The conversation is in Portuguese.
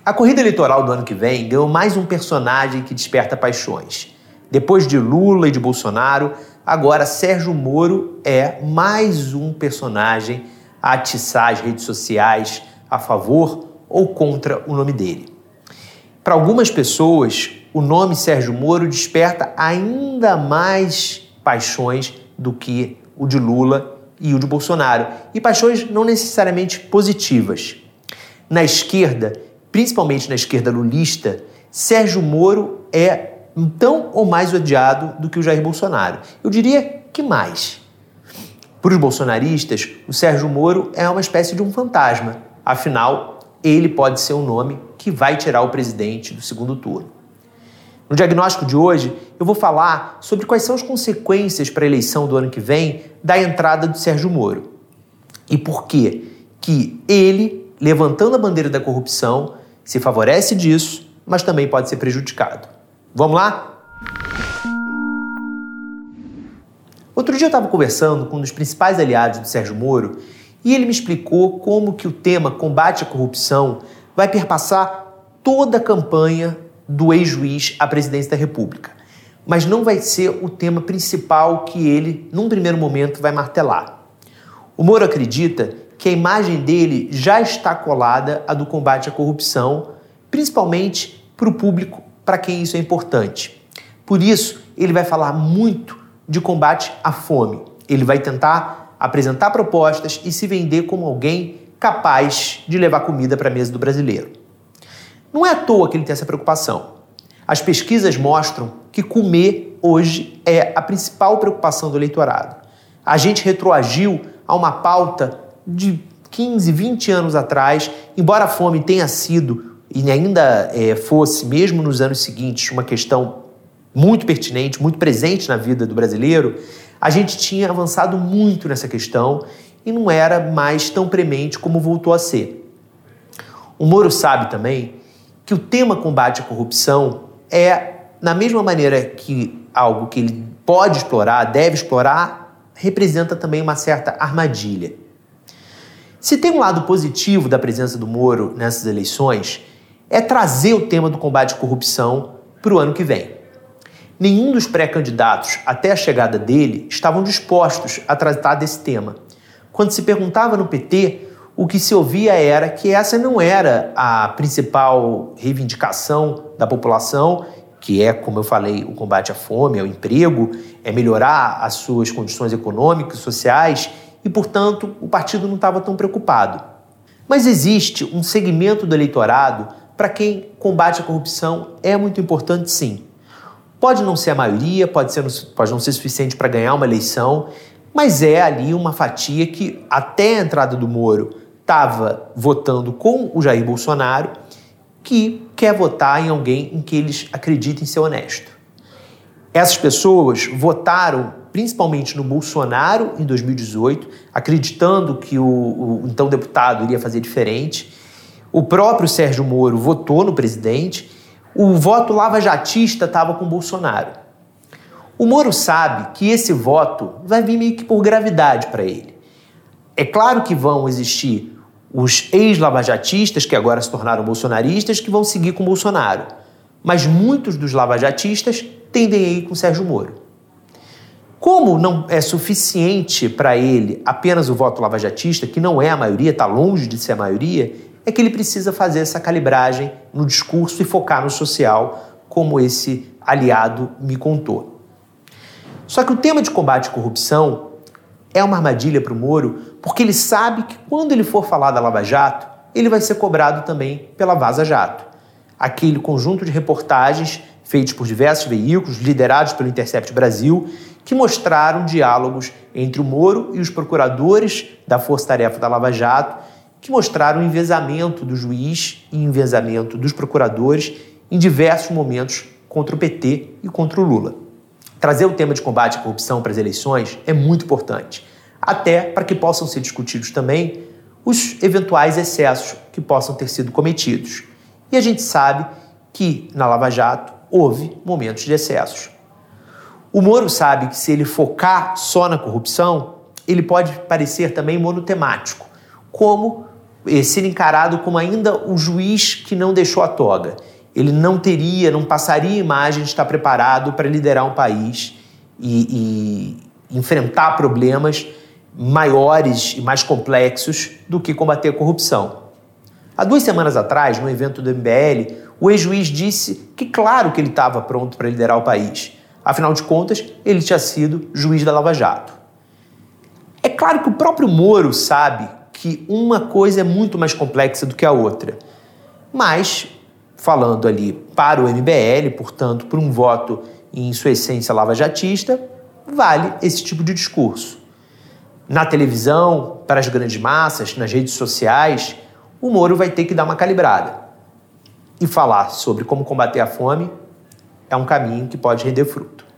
A corrida eleitoral do ano que vem ganhou mais um personagem que desperta paixões. Depois de Lula e de Bolsonaro, agora Sérgio Moro é mais um personagem a atiçar as redes sociais a favor ou contra o nome dele. Para algumas pessoas, o nome Sérgio Moro desperta ainda mais paixões do que o de Lula e o de Bolsonaro, e paixões não necessariamente positivas. Na esquerda, principalmente na esquerda lulista, Sérgio Moro é tão ou mais odiado do que o Jair Bolsonaro. Eu diria que mais. Para os bolsonaristas, o Sérgio Moro é uma espécie de um fantasma. Afinal, ele pode ser um nome que vai tirar o presidente do segundo turno. No diagnóstico de hoje, eu vou falar sobre quais são as consequências para a eleição do ano que vem da entrada do Sérgio Moro. E por que ele, levantando a bandeira da corrupção, se favorece disso, mas também pode ser prejudicado. Vamos lá? Outro dia eu estava conversando com um dos principais aliados do Sérgio Moro e ele me explicou como que o tema combate à corrupção vai perpassar toda a campanha do ex-juiz à presidência da República. Mas não vai ser o tema principal que ele, num primeiro momento, vai martelar. O Moro acredita que a imagem dele já está colada à do combate à corrupção, principalmente para o público para quem isso é importante. Por isso, ele vai falar muito de combate à fome. Ele vai tentar apresentar propostas e se vender como alguém capaz de levar comida para a mesa do brasileiro. Não é à toa que ele tem essa preocupação. As pesquisas mostram que comer hoje é a principal preocupação do eleitorado. A gente retroagiu a uma pauta de 15, 20 anos atrás, embora a fome tenha sido e ainda fosse, mesmo nos anos seguintes, uma questão muito pertinente, muito presente na vida do brasileiro, a gente tinha avançado muito nessa questão e não era mais tão premente como voltou a ser. O Moro sabe também que o tema combate à corrupção é, na mesma maneira que algo que ele pode explorar, deve explorar, representa também uma certa armadilha. Se tem um lado positivo da presença do Moro nessas eleições, é trazer o tema do combate à corrupção para o ano que vem. Nenhum dos pré-candidatos, até a chegada dele, estavam dispostos a tratar desse tema. Quando se perguntava no PT, o que se ouvia era que essa não era a principal reivindicação da população, que é, como eu falei, o combate à fome, ao emprego, é melhorar as suas condições econômicas, sociais, e, portanto, o partido não estava tão preocupado. Mas existe um segmento do eleitorado para quem combate a corrupção é muito importante, sim. Pode não ser a maioria, pode não ser suficiente para ganhar uma eleição, mas é ali uma fatia que, até a entrada do Moro, estava votando com o Jair Bolsonaro, que quer votar em alguém em que eles acreditem ser honesto. Essas pessoas votaram principalmente no Bolsonaro em 2018, acreditando que o então deputado iria fazer diferente. O próprio Sérgio Moro votou no presidente. O voto lavajatista estava com o Bolsonaro. O Moro sabe que esse voto vai vir meio que por gravidade para ele. É claro que vão existir os ex-lavajatistas, que agora se tornaram bolsonaristas, que vão seguir com o Bolsonaro. Mas muitos dos lavajatistas tendem a ir com o Sérgio Moro. Como não é suficiente para ele apenas o voto lavajatista, que não é a maioria, está longe de ser a maioria, é que ele precisa fazer essa calibragem no discurso e focar no social, como esse aliado me contou. Só que o tema de combate à corrupção é uma armadilha para o Moro, porque ele sabe que quando ele for falar da Lava Jato, ele vai ser cobrado também pela Vaza Jato. Aquele conjunto de reportagens feitos por diversos veículos, liderados pelo Intercept Brasil, que mostraram diálogos entre o Moro e os procuradores da Força-Tarefa da Lava Jato, que mostraram o envezamento do juiz e envezamento dos procuradores em diversos momentos contra o PT e contra o Lula. Trazer o tema de combate à corrupção para as eleições é muito importante, até para que possam ser discutidos também os eventuais excessos que possam ter sido cometidos. E a gente sabe que na Lava Jato houve momentos de excessos. O Moro sabe que se ele focar só na corrupção, ele pode parecer também monotemático, como ser encarado como ainda o juiz que não deixou a toga. Ele não passaria a imagem de estar preparado para liderar um país e enfrentar problemas maiores e mais complexos do que combater a corrupção. Há 2 semanas atrás, no evento do MBL, o ex-juiz disse que claro que ele estava pronto para liderar o país. Afinal de contas, ele tinha sido juiz da Lava Jato. É claro que o próprio Moro sabe que uma coisa é muito mais complexa do que a outra. Mas, falando ali para o MBL, portanto, por um voto em sua essência lavajatista, vale esse tipo de discurso. Na televisão, para as grandes massas, nas redes sociais, o Moro vai ter que dar uma calibrada. E falar sobre como combater a fome é um caminho que pode render fruto.